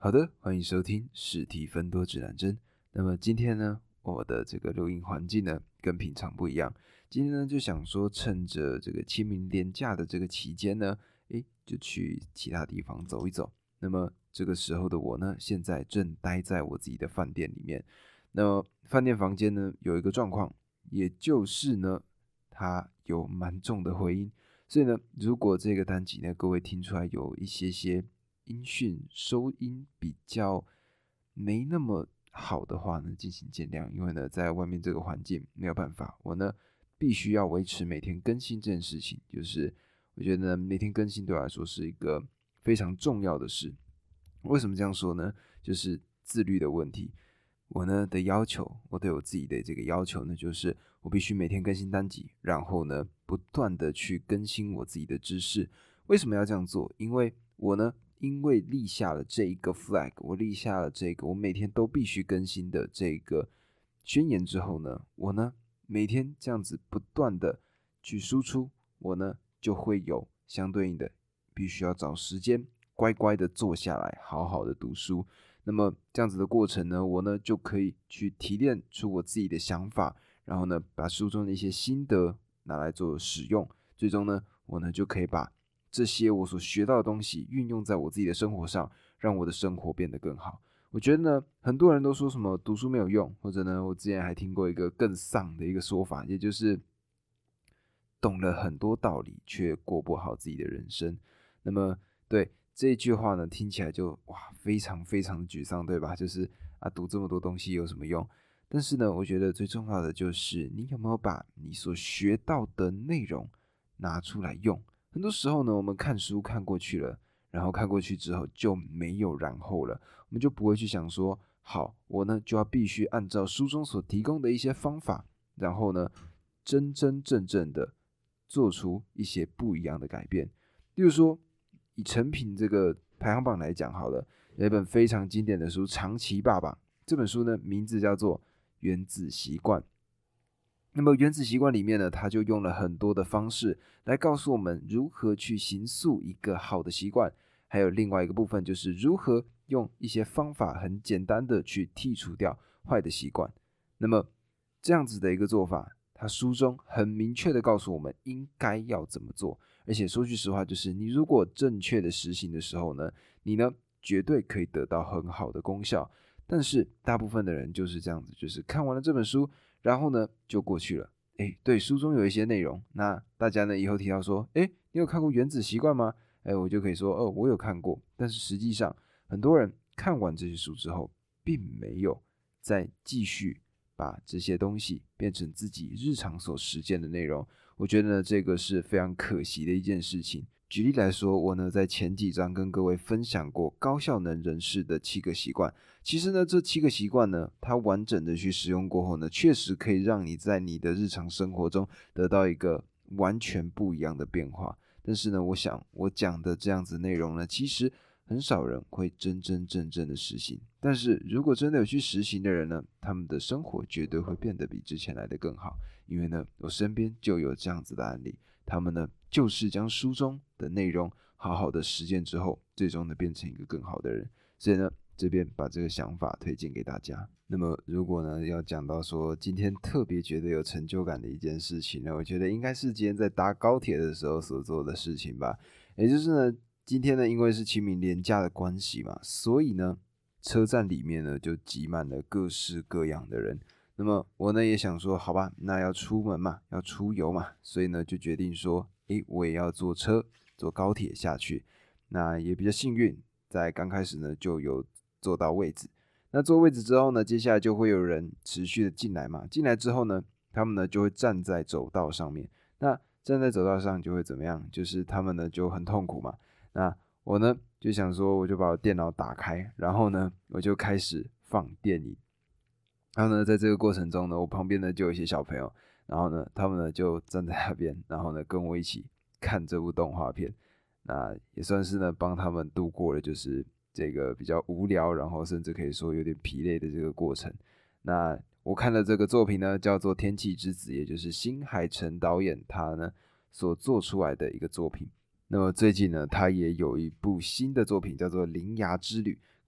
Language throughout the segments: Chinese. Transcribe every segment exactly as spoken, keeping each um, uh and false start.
好的，欢迎收听试题分多指南针。那么今天呢，我的这个录音环境呢，跟平常不一样。今天呢，就想说趁着这个清明连假的这个期间呢，诶，就去其他地方走一走。那么这个时候的我呢，现在正待在我自己的饭店里面。那么饭店房间呢，有一个状况，也就是呢，它有蛮重的回音。所以呢，如果这个单集呢，各位听出来有一些些音讯收音比较没那么好的话呢，敬请见谅。因为呢，在外面这个环境没有办法，我呢必须要维持每天更新这件事情。就是我觉得呢，每天更新对我来说是一个非常重要的事。为什么这样说呢？就是自律的问题。我呢的要求，我对我自己的这个要求呢，就是我必须每天更新单集，然后呢不断的去更新我自己的知识。为什么要这样做？因为我呢，因为立下了这一个 flag， 我立下了这个我每天都必须更新的这个宣言之后呢，我呢每天这样子不断的去输出，我呢就会有相对应的必须要找时间乖乖的坐下来，好好的读书。那么这样子的过程呢，我呢就可以去提炼出我自己的想法，然后呢把书中的一些心得拿来做使用，最终呢我呢就可以把这些我所学到的东西运用在我自己的生活上，让我的生活变得更好。我觉得呢，很多人都说什么读书没有用，或者呢，我之前还听过一个更丧的一个说法，也就是懂了很多道理，却过不好自己的人生。那么，对这一句话呢，听起来就哇，非常非常的沮丧，对吧？就是啊，读这么多东西有什么用？但是呢，我觉得最重要的就是你有没有把你所学到的内容拿出来用。很多时候呢，我们看书看过去了，然后看过去之后就没有然后了，我们就不会去想说，好，我呢就要必须按照书中所提供的一些方法，然后呢，真真正正的做出一些不一样的改变。例如说，以成品这个排行榜来讲好了，有一本非常经典的书《长期霸榜》，这本书呢名字叫做《原子习惯》。那么《原子习惯》里面呢，它就用了很多的方式来告诉我们如何去形塑一个好的习惯，还有另外一个部分就是如何用一些方法很简单的去剔除掉坏的习惯。那么这样子的一个做法，它书中很明确的告诉我们应该要怎么做。而且说句实话，就是你如果正确的实行的时候呢，你呢绝对可以得到很好的功效。但是大部分的人就是这样子，就是看完了这本书，然后呢就过去了。诶，对，书中有一些内容，那大家呢以后提到说，诶，你有看过《原子习惯》吗？诶，我就可以说，哦，我有看过。但是实际上，很多人看完这些书之后，并没有再继续把这些东西变成自己日常所实践的内容。我觉得呢，这个是非常可惜的一件事情。举例来说，我呢在前几章跟各位分享过高效能人士的七个习惯。其实呢，这七个习惯呢，它完整的去使用过后呢，确实可以让你在你的日常生活中得到一个完全不一样的变化。但是呢，我想我讲的这样子内容呢，其实很少人会真真正正的实行。但是如果真的有去实行的人呢，他们的生活绝对会变得比之前来的更好。因为呢，我身边就有这样子的案例，他们呢就是将书中的内容好好的实践之后，最终呢变成一个更好的人。所以呢，这边把这个想法推荐给大家。那么如果呢要讲到说今天特别觉得有成就感的一件事情呢，我觉得应该是今天在搭高铁的时候所做的事情吧。也就是呢，今天呢因为是清明连假的关系嘛，所以呢车站里面呢就挤满了各式各样的人。那么我呢也想说，好吧，那要出门嘛，要出游嘛，所以呢就决定说，诶，我也要坐车，坐高铁下去。那也比较幸运，在刚开始呢就有坐到位置。那坐位置之后呢，接下来就会有人持续的进来嘛，进来之后呢，他们呢就会站在走道上面。那站在走道上就会怎么样？就是他们呢就很痛苦嘛。那我呢就想说，我就把我电脑打开，然后呢我就开始放电影。然后呢，在这个过程中呢，我旁边呢就有一些小朋友，然后呢，他们呢就站在那边，然后呢跟我一起看这部动画片，那也算是呢帮他们度过了就是这个比较无聊，然后甚至可以说有点疲累的这个过程。那我看的这个作品呢，叫做《天气之子》，也就是新海诚导演他呢所做出来的一个作品。那么最近呢，他也有一部新的作品叫做《铃芽之旅》。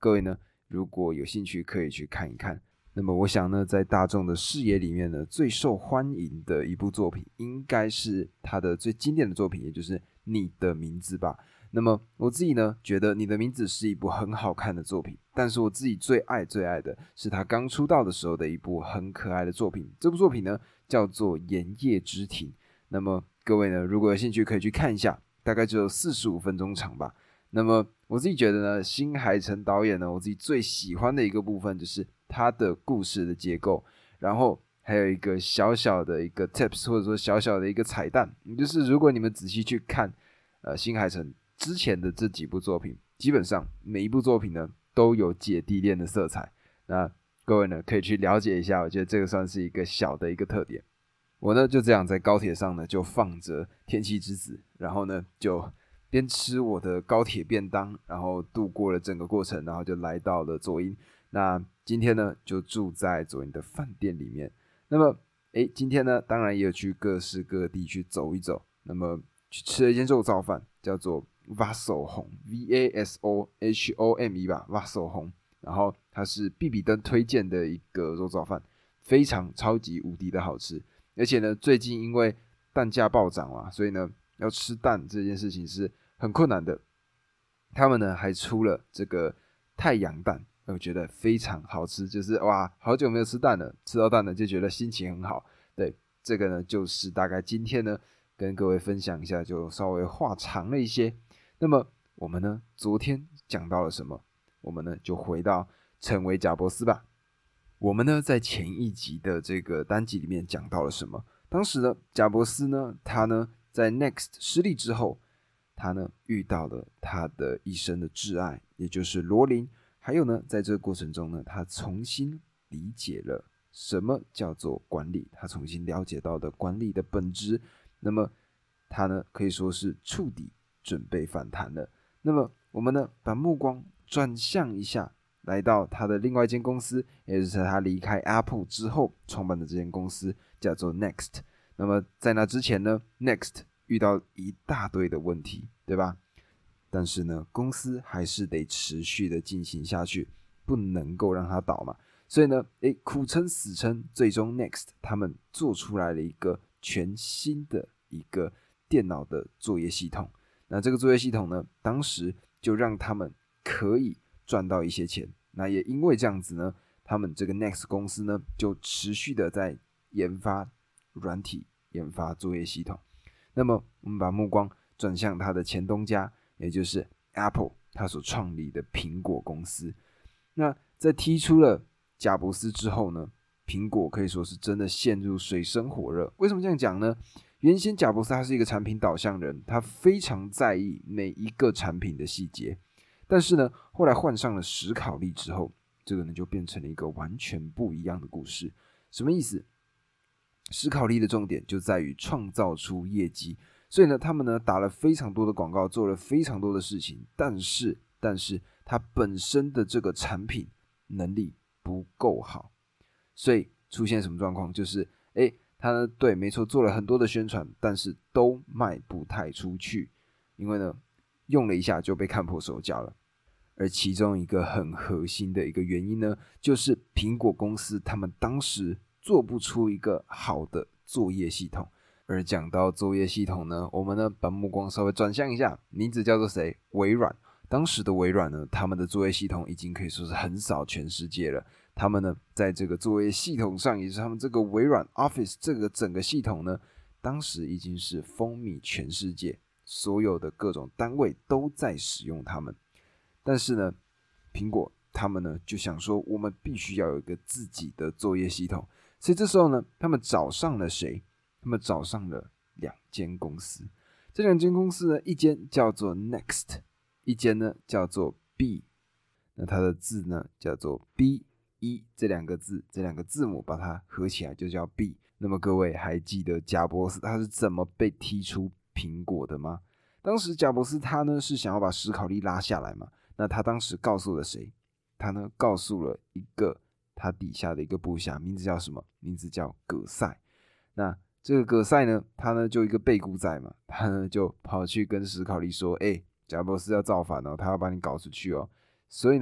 各位呢如果有兴趣可以去看一看。那么我想呢，在大众的视野里面呢，最受欢迎的一部作品应该是他的最经典的作品，也就是你的名字吧。那么我自己呢觉得你的名字是一部很好看的作品，但是我自己最爱最爱的是他刚出道的时候的一部很可爱的作品。这部作品呢叫做炎夜之庭。那么各位呢如果有兴趣可以去看一下，大概只有四十五分钟长吧。那么我自己觉得呢，新海诚导演呢，我自己最喜欢的一个部分就是他的故事的结构，然后还有一个小小的一个 tips 或者说小小的一个彩蛋，就是如果你们仔细去看呃新海诚之前的这几部作品，基本上每一部作品呢都有姐弟恋的色彩。那各位呢可以去了解一下，我觉得这个算是一个小的一个特点。我呢就这样在高铁上呢就放着天气之子，然后呢就边吃我的高铁便当，然后度过了整个过程，然后就来到了左营。那今天呢就住在左营的饭店里面。那么诶今天呢当然也有去各式各地去走一走，那么去吃了一间肉燥饭，叫做 Vasohome V A S O H O M E 吧 Vasohome， 然后它是必比登推荐的一个肉燥饭，非常超级无敌的好吃。而且呢最近因为蛋价暴涨嘛，所以呢要吃蛋这件事情是很困难的。他们呢还出了这个太阳蛋，我觉得非常好吃，就是哇好久没有吃蛋了，吃到蛋了就觉得心情很好。对，这个呢就是大概今天呢跟各位分享一下，就稍微话长了一些。那么我们呢昨天讲到了什么？我们呢就回到成为贾伯斯吧。我们呢在前一集的这个单集里面讲到了什么？当时呢贾伯斯呢他呢在 Next 失利之后，他呢遇到了他的一生的挚爱，也就是罗琳。还有呢在这个过程中呢，他重新理解了什么叫做管理，他重新了解到的管理的本质。那么他呢可以说是触底准备反弹了。那么我们呢把目光转向一下，来到他的另外一间公司，也就是他离开 Apple 之后创办的这间公司叫做 Next。 那么在那之前呢 Next 遇到一大堆的问题，对吧？但是呢公司还是得持续的进行下去，不能够让它倒嘛。所以呢诶苦撑死撑，最终 Next 他们做出来了一个全新的一个电脑的作业系统。那这个作业系统呢当时就让他们可以赚到一些钱。那也因为这样子呢，他们这个 Next 公司呢就持续的在研发软体，研发作业系统。那么我们把目光转向他的前东家，也就是 Apple 他所创立的苹果公司。那在踢出了贾伯斯之后呢，苹果可以说是真的陷入水深火热。为什么这样讲呢？原先贾伯斯他是一个产品导向人，他非常在意每一个产品的细节。但是呢后来换上了史考利之后，这个呢就变成了一个完全不一样的故事。什么意思？史考利的重点就在于创造出业绩，所以呢他们呢打了非常多的广告，做了非常多的事情，但是但是它本身的这个产品能力不够好。所以出现什么状况？就是诶他呢对没错做了很多的宣传，但是都卖不太出去，因为呢用了一下就被看破手脚了。而其中一个很核心的一个原因呢，就是苹果公司他们当时做不出一个好的作业系统。而讲到作业系统呢，我们呢把目光稍微转向一下，名字叫做谁？微软。当时的微软呢，他们的作业系统已经可以说是横扫全世界了。他们呢在这个作业系统上，也就是他们这个微软 Office 这个整个系统呢，当时已经是风靡全世界，所有的各种单位都在使用它们。但是呢苹果他们呢就想说，我们必须要有一个自己的作业系统。所以这时候呢他们找上了谁？他们找上了两间公司。这两间公司呢，一间叫做 Next， 一间呢叫做 B。 那它的字呢叫做 B E， 这两个字这两个字母把它合起来就叫 B。 那么各位还记得贾伯斯他是怎么被踢出苹果的吗？当时贾伯斯他呢是想要把史考利拉下来嘛，那他当时告诉了谁？他呢告诉了一个他底下的一个部下，名字叫什么？名字叫葛塞。那这个葛塞呢，他呢就一个背骨仔嘛，他呢就跑去跟史考利说：“哎、欸，贾伯斯要造反哦，他要把你搞出去哦。”所以呢，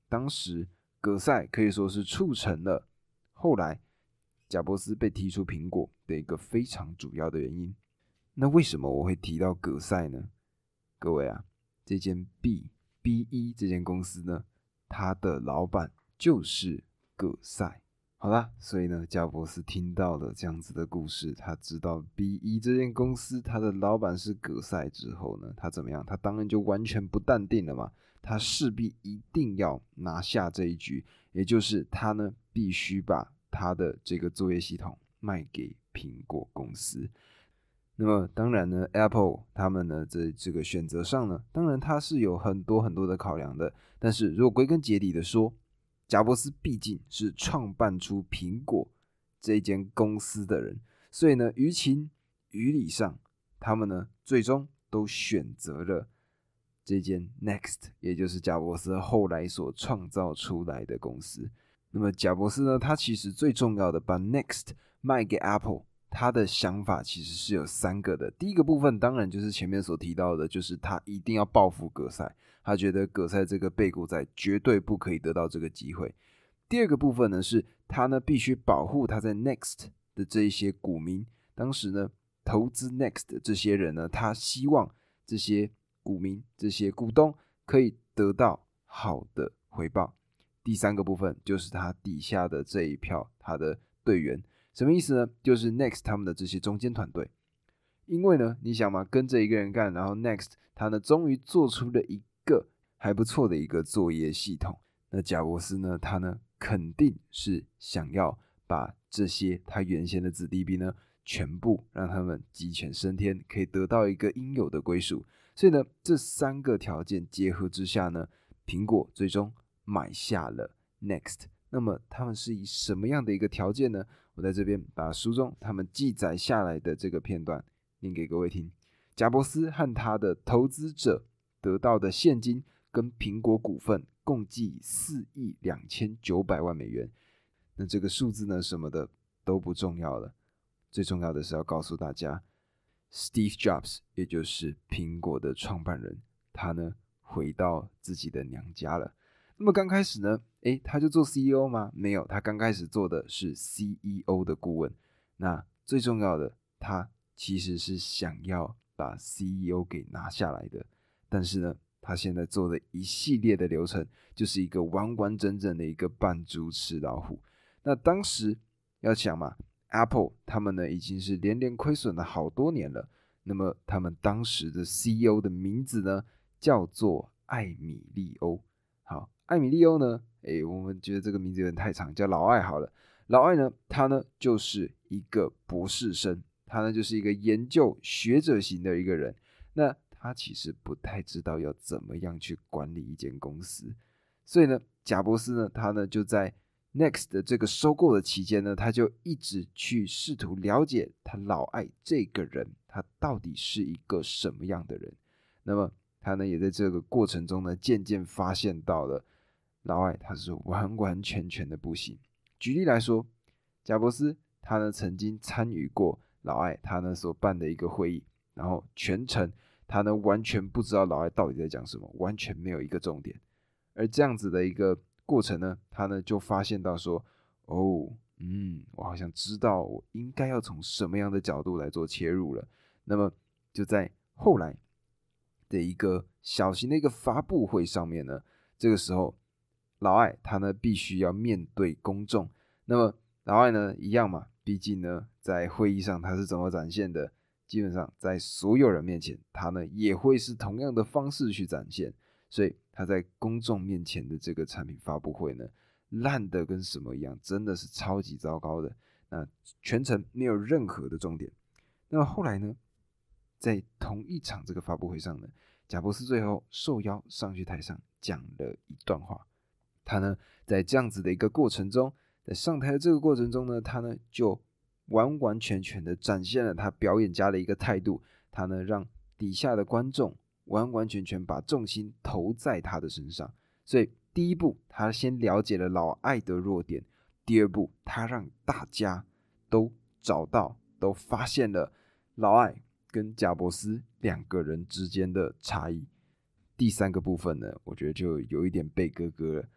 当时葛赛可以说是促成了后来贾伯斯被踢出苹果的一个非常主要的原因。那为什么我会提到葛赛呢？各位啊，这间 B B 一 这间公司呢，它的老板就是葛赛。好啦，所以呢，贾伯斯听到了这样子的故事，他知道 B 一 这间公司他的老板是葛赛之后呢，他怎么样？他当然就完全不淡定了嘛，他势必一定要拿下这一局，也就是他呢必须把他的这个作业系统卖给苹果公司。那么当然呢 Apple 他们呢在这个选择上呢，当然它是有很多很多的考量的，但是如果归根结底的说，贾伯斯毕竟是创办出苹果这间公司的人，所以呢于情于理上，他们呢最终都选择了这间 Next， 也就是贾伯斯后来所创造出来的公司。那么贾伯斯呢，他其实最重要的把 Next 卖给 Apple， 他的想法其实是有三个的。第一个部分当然就是前面所提到的，就是他一定要报复葛赛，他觉得葛赛这个背股仔绝对不可以得到这个机会。第二个部分呢，是他呢必须保护他在 Next 的这一些股民。当时呢，投资 Next 的这些人呢，他希望这些股民、这些股东可以得到好的回报。第三个部分就是他底下的这一票他的队员，什么意思呢？就是 Next 他们的这些中间团队。因为呢，你想嘛，跟着一个人干，然后 Next 他呢终于做出了一个还不错的一个作业系统。那贾伯斯呢，他呢肯定是想要把这些他原先的子弟兵呢全部让他们鸡犬升天，可以得到一个应有的归属。所以呢，这三个条件结合之下呢，苹果最终买下了 Next。 那么他们是以什么样的一个条件呢？我在这边把书中他们记载下来的这个片段念给各位听。贾伯斯和他的投资者得到的现金跟苹果股份共计四亿两千九百万美元。那这个数字呢什么的都不重要了，最重要的是要告诉大家 Steve Jobs 也就是苹果的创办人，他呢回到自己的娘家了。那么刚开始呢，诶，他就做 C E O 吗？没有，他刚开始做的是 C E O 的顾问。那最重要的，他其实是想要把 C E O 给拿下来的。但是呢，他现在做的一系列的流程，就是一个完完整整的一个扮猪吃老虎。那当时要想嘛， Apple 他们呢已经是连连亏损了好多年了。那么他们当时的 C E O 的名字呢，叫做艾米利欧。好，艾米利欧呢，诶，我们觉得这个名字有点太长，叫老艾好了。老艾呢，他呢就是一个博士生，他呢就是一个研究学者型的一个人。那他其实不太知道要怎么样去管理一间公司，所以呢，贾伯斯呢，他呢就在 Next 的这个收购的期间呢，他就一直去试图了解他老艾这个人，他到底是一个什么样的人。那么他呢也在这个过程中呢，渐渐发现到了老艾他是完完全全的不行。举例来说，贾伯斯他呢曾经参与过老艾他呢所办的一个会议，然后全程他呢完全不知道老艾到底在讲什么，完全没有一个重点。而这样子的一个过程呢，他呢就发现到说，哦，嗯，我好像知道我应该要从什么样的角度来做切入了。那么就在后来的一个小型的一个发布会上面呢，这个时候老艾他呢必须要面对公众。那么老艾呢一样嘛，毕竟呢在会议上他是怎么展现的，基本上在所有人面前他呢也会是同样的方式去展现。所以他在公众面前的这个产品发布会呢，烂的跟什么一样，真的是超级糟糕的。那全程没有任何的重点。那么后来呢，在同一场这个发布会上呢，贾伯斯最后受邀上去台上讲了一段话。他呢在这样子的一个过程中，在上台的这个过程中呢，他呢就完完全全的展现了他表演家的一个态度。他呢让底下的观众完完全全把重心投在他的身上。所以第一步，他先了解了老艾的弱点；第二步，他让大家都找到、都发现了老艾跟贾伯斯两个人之间的差异。第三个部分呢，我觉得就有一点背哥哥了。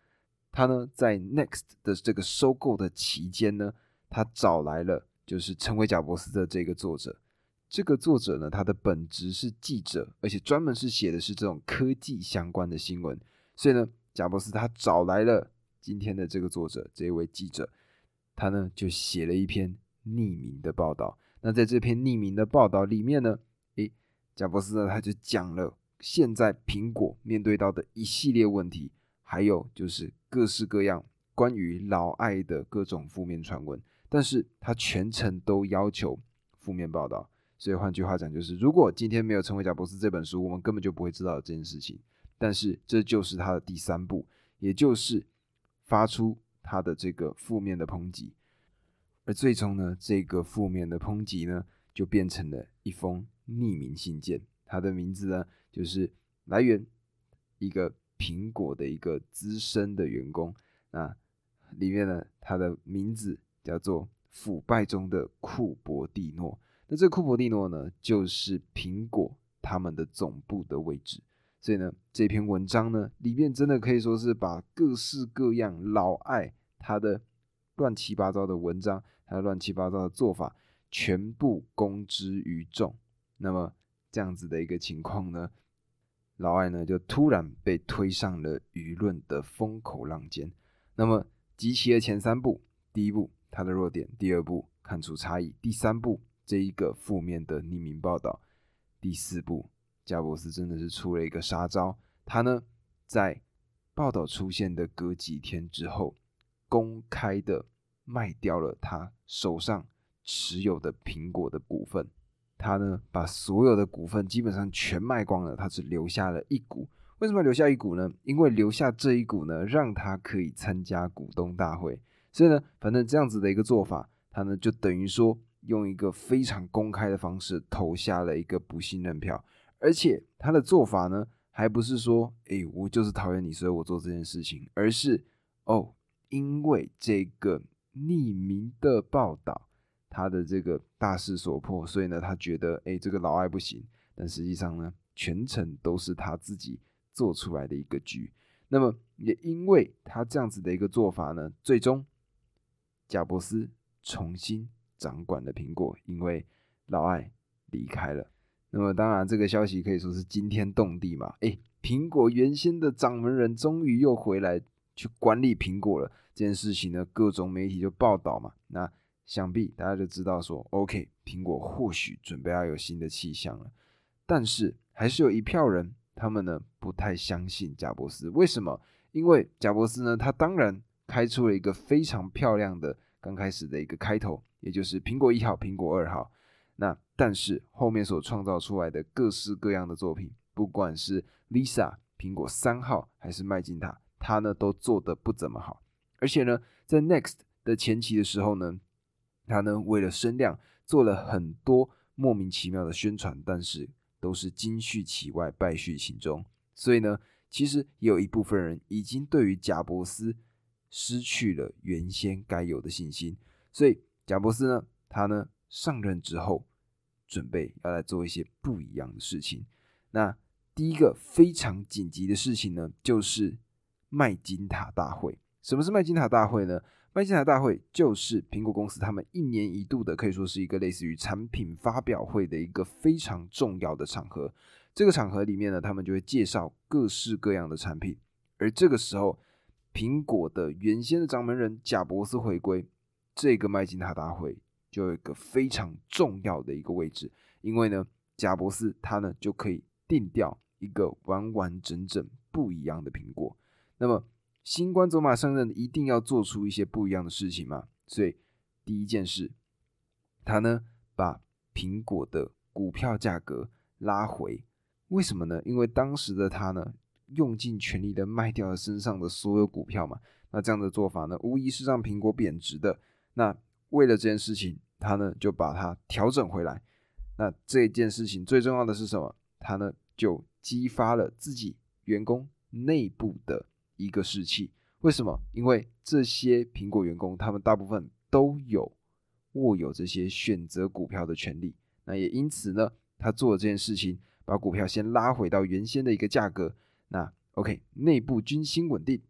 他呢在 Next 的这个收购的期间呢，他找来了就是成为贾伯斯的这个作者。这个作者呢，他的本职是记者，而且专门是写的是这种科技相关的新闻。所以呢，贾伯斯他找来了今天的这个作者，这一位记者，他呢就写了一篇匿名的报道。那在这篇匿名的报道里面呢，诶，贾伯斯呢他就讲了现在苹果面对到的一系列问题，还有就是各式各样关于老艾的各种负面传闻，但是他全程都要求负面报道。所以换句话讲，就是如果今天没有成为贾伯斯这本书，我们根本就不会知道这件事情。但是这就是他的第三步，也就是发出他的这个负面的抨击。而最终呢，这个负面的抨击呢，就变成了一封匿名信件。它的名字呢，就是来源一个苹果的一个资深的员工。那里面呢，他的名字叫做腐败中的库珀蒂诺。那这个库珀蒂诺呢，就是苹果他们的总部的位置。所以呢，这篇文章呢，里面真的可以说是把各式各样老艾他的乱七八糟的文章，他的乱七八糟的做法，全部公之于众。那么这样子的一个情况呢，老艾呢就突然被推上了舆论的风口浪尖。那么集齐了前三步，第一步他的弱点，第二步看出差异，第三步这一个负面的匿名报道，第四步贾伯斯真的是出了一个杀招。他呢在报道出现的隔几天之后，公开的卖掉了他手上持有的苹果的股份。他呢把所有的股份基本上全卖光了，他只留下了一股。为什么留下一股呢？因为留下这一股呢，让他可以参加股东大会。所以呢，反正这样子的一个做法，他呢就等于说用一个非常公开的方式投下了一个不信任票。而且他的做法呢，还不是说，诶，我就是讨厌你，所以我做这件事情，而是哦，因为这个匿名的报道，他的这个大势所迫，所以呢，他觉得，诶，这个老艾不行。但实际上呢，全程都是他自己做出来的一个局。那么也因为他这样子的一个做法呢，最终贾伯斯重新掌管了苹果，因为老艾离开了。那么当然这个消息可以说是惊天动地嘛，诶，苹果原先的掌门人终于又回来去管理苹果了。这件事情呢，各种媒体就报道嘛，那想必大家就知道说 OK， 苹果或许准备要有新的气象了。但是还是有一票人，他们呢不太相信贾伯斯。为什么？因为贾伯斯呢，他当然开出了一个非常漂亮的刚开始的一个开头，也就是苹果一号、苹果二号。那但是后面所创造出来的各式各样的作品，不管是 Lisa、苹果三号还是麦金塔，他呢都做得不怎么好。而且呢，在 Next 的前期的时候呢，他呢为了声量做了很多莫名其妙的宣传，但是都是金絮其外，败絮其中。所以呢，其实也有一部分人已经对于贾伯斯失去了原先该有的信心。所以贾伯斯呢，他呢上任之后，准备要来做一些不一样的事情。那第一个非常紧急的事情呢，就是麦金塔大会。什么是麦金塔大会呢？麦金塔大会就是苹果公司他们一年一度的，可以说是一个类似于产品发表会的一个非常重要的场合。这个场合里面呢，他们就会介绍各式各样的产品。而这个时候，苹果的原先的掌门人贾伯斯回归，这个麦金塔大会就有一个非常重要的一个位置。因为呢，贾伯斯他呢就可以定调一个完完整整不一样的苹果。那么新官走马上任一定要做出一些不一样的事情嘛，所以第一件事，他呢把苹果的股票价格拉回。为什么呢？因为当时的他呢用尽全力的卖掉了身上的所有股票嘛，那这样的做法呢无疑是让苹果贬值的。那为了这件事情，他呢就把它调整回来。那这件事情最重要的是什么？他呢就激发了自己员工内部的一个士气。为什么？因为这些苹果员工他们大部分都有握有这些选择股票的权利。那也因此呢，他做了这件事情，把股票先拉回到原先的一个价格。那 OK， 内部军心稳定。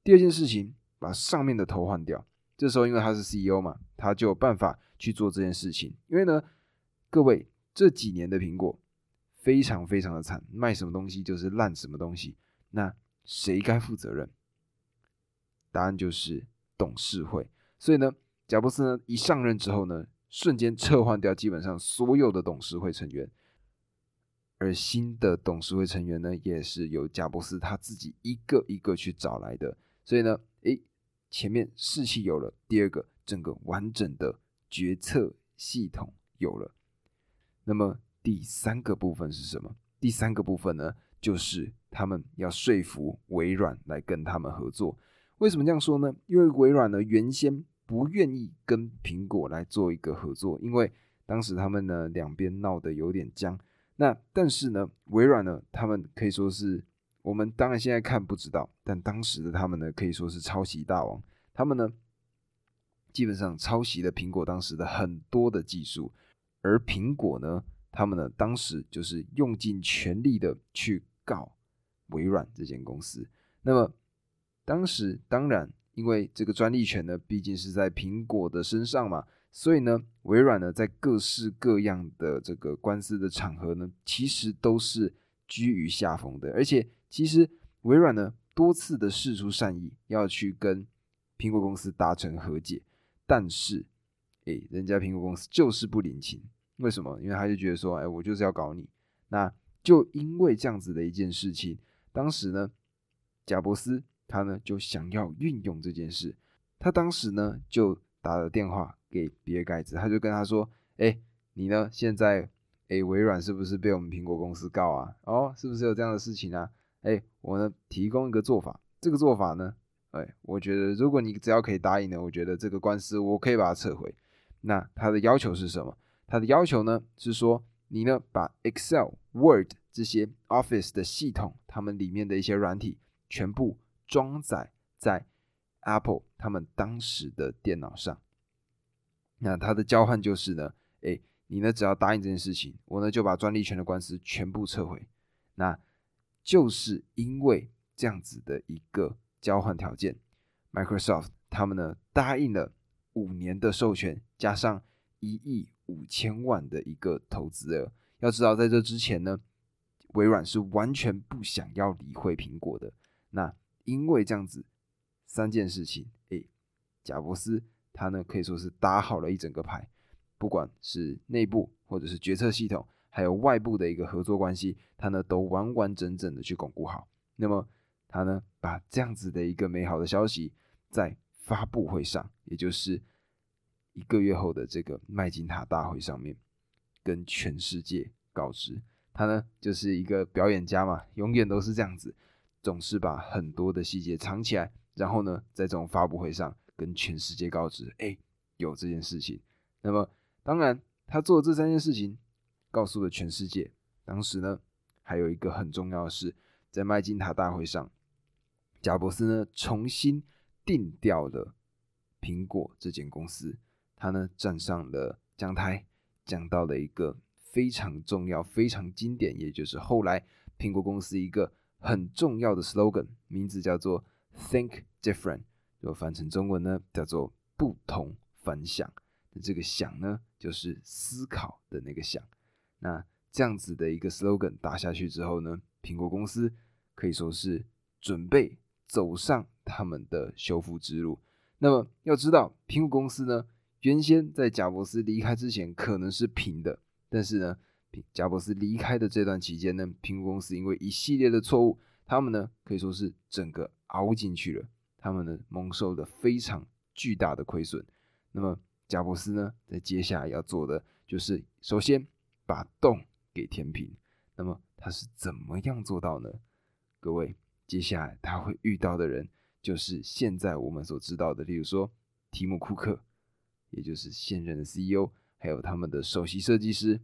第二件事情，把上面的头换掉。这时候因为他是 C E O 嘛，他就有办法去做这件事情。因为呢，各位这几年的苹果非常非常的惨，卖什么东西就是烂什么东西。那谁该负责任？答案就是董事会。所以呢，贾伯斯呢一上任之后呢，瞬间撤换掉基本上所有的董事会成员。而新的董事会成员呢，也是由贾伯斯他自己一个一个去找来的。所以呢，诶，前面士气有了，第二个，整个完整的决策系统有了。那么第三个部分是什么？第三个部分呢，就是他们要说服微软来跟他们合作。为什么这样说呢？因为微软呢原先不愿意跟苹果来做一个合作，因为当时他们呢两边闹得有点僵。那但是呢，微软呢，他们可以说是我们当然现在看不知道，但当时的他们呢，可以说是抄袭大王。他们呢，基本上抄袭了苹果当时的很多的技术，而苹果呢，他们呢，当时就是用尽全力的去告微软这间公司。那么当时当然，因为这个专利权呢，毕竟是在苹果的身上嘛。所以呢，微软呢在各式各样的这个官司的场合呢，其实都是居于下风的。而且其实微软呢多次的释出善意，要去跟苹果公司达成和解，但是，诶，人家苹果公司就是不领情。为什么？因为他就觉得说，诶，我就是要搞你。那就因为这样子的一件事情，当时呢，贾伯斯他呢就想要运用这件事，他当时呢就打了电话给比尔盖茨，他就跟他说：“哎，你呢？现在哎，微软是不是被我们苹果公司告啊？哦，是不是有这样的事情啊？哎，我呢提供一个做法，这个做法呢，哎，我觉得如果你只要可以答应呢，我觉得这个官司我可以把它撤回。那他的要求是什么？他的要求呢是说，你呢把 Excel、Word 这些 Office 的系统，他们里面的一些软体全部装载在 Apple 他们当时的电脑上。那它的交换就是呢，诶，你呢只要答应这件事情，我呢就把专利权的官司全部撤回。那就是因为这样子的一个交换条件 ，Microsoft 他们呢答应了五年的授权，加上一亿五千万的一个投资额。要知道，在这之前呢，微软是完全不想要理会苹果的。那因为这样子三件事情，诶，贾伯斯他呢可以说是打好了一整个牌，不管是内部或者是决策系统，还有外部的一个合作关系，他呢都完完整整的去巩固好。那么他呢把这样子的一个美好的消息，在发布会上，也就是一个月后的这个麦金塔大会上面，跟全世界告知。他呢就是一个表演家嘛，永远都是这样子，总是把很多的细节藏起来，然后呢在这种发布会上跟全世界告知，哎，有这件事情。那么当然他做的这三件事情告诉了全世界。当时呢还有一个很重要的事，在麦金塔大会上，贾伯斯呢重新定调了苹果这间公司。他呢站上了讲台，讲到了一个非常重要非常经典，也就是后来苹果公司一个很重要的 slogan， 名字叫做 Think Different， 就翻成中文呢叫做不同凡响。这个想呢就是思考的那个想。那这样子的一个 slogan 打下去之后呢，苹果公司可以说是准备走上他们的修复之路。那么要知道，苹果公司呢原先在贾伯斯离开之前可能是平的，但是呢贾伯斯离开的这段期间呢，苹果公司因为一系列的错误，他们呢可以说是整个凹进去了，他们呢蒙受了非常巨大的亏损。那么贾伯斯呢在接下来要做的就是首先把洞给填平。那么他是怎么样做到呢？各位，接下来他会遇到的人就是现在我们所知道的，例如说提姆库克，也就是现任的 C E O， 还有他们的首席设计师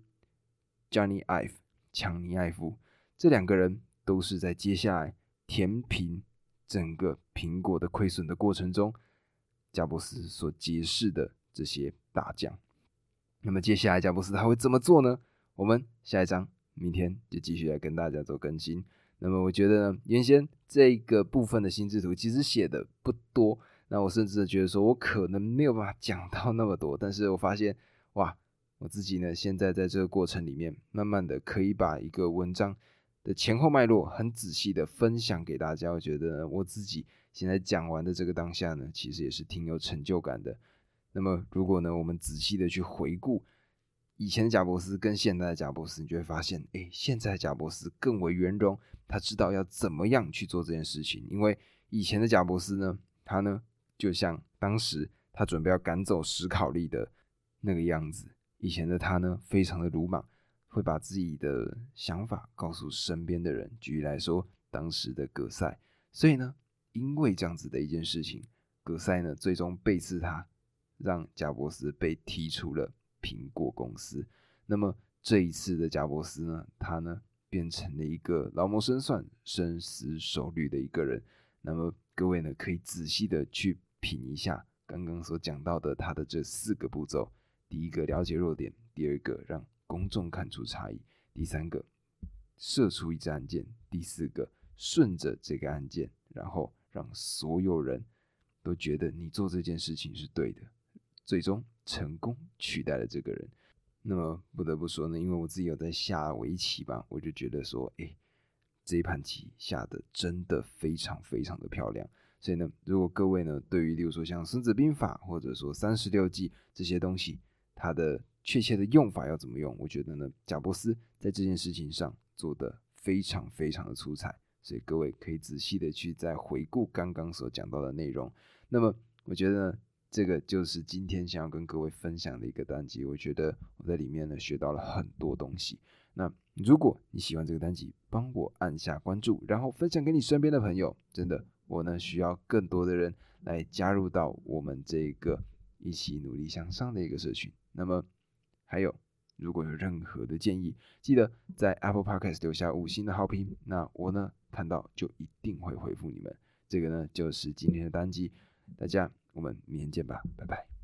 Johnny Ive 强尼艾夫，这两个人都是在接下来填平整个苹果的亏损的过程中，贾伯斯所揭示的这些大将。那么接下来贾伯斯他会怎么做呢？我们下一章明天就继续来跟大家做更新。 那么我觉得呢，原先这个部分的心智图其实写的不多，那我甚至觉得说我可能没有办法讲到那么多，但是我发现哇，我自己呢现在在这个过程里面，慢慢的可以把一个文章的前后脉络很仔细的分享给大家。我觉得呢，我自己现在讲完的这个当下呢，其实也是挺有成就感的。那么如果呢，我们仔细的去回顾以前的贾伯斯跟现在的贾伯斯，你就会发现，哎，现在的贾伯斯更为圆融，他知道要怎么样去做这件事情。因为以前的贾伯斯呢，他呢就像当时他准备要赶走史考利的那个样子，以前的他呢非常的鲁莽，会把自己的想法告诉身边的人。举例来说，当时的葛塞，所以呢，因为这样子的一件事情，葛塞呢最终背刺他，让贾伯斯被踢出了苹果公司。那么这一次的贾伯斯呢，他呢变成了一个老谋深算、深思熟虑的一个人。那么各位呢，可以仔细的去品一下刚刚所讲到的他的这四个步骤：第一个，了解弱点；第二个，让公众看出差异；第三个，射出一支案件；第四个，顺着这个案件，然后让所有人都觉得你做这件事情是对的，最终成功取代了这个人。那么不得不说呢，因为我自己有在下围棋吧，我就觉得说，哎，这一盘棋下的真的非常非常的漂亮。所以呢，如果各位呢对于例如说像孙子兵法或者说三十六计这些东西，它的确切的用法要怎么用，我觉得呢贾伯斯在这件事情上做的非常非常的出彩。所以各位可以仔细的去再回顾刚刚所讲到的内容。那么我觉得呢，这个就是今天想要跟各位分享的一个单集。我觉得我在里面呢学到了很多东西。那如果你喜欢这个单集，帮我按下关注，然后分享给你身边的朋友。真的，我呢需要更多的人来加入到我们这个一起努力向上的一个社群。那么还有，如果有任何的建议，记得在 Apple Podcast 留下五星的好评，那我呢看到就一定会回复你们。这个呢就是今天的单集，大家我们明天见吧，拜拜。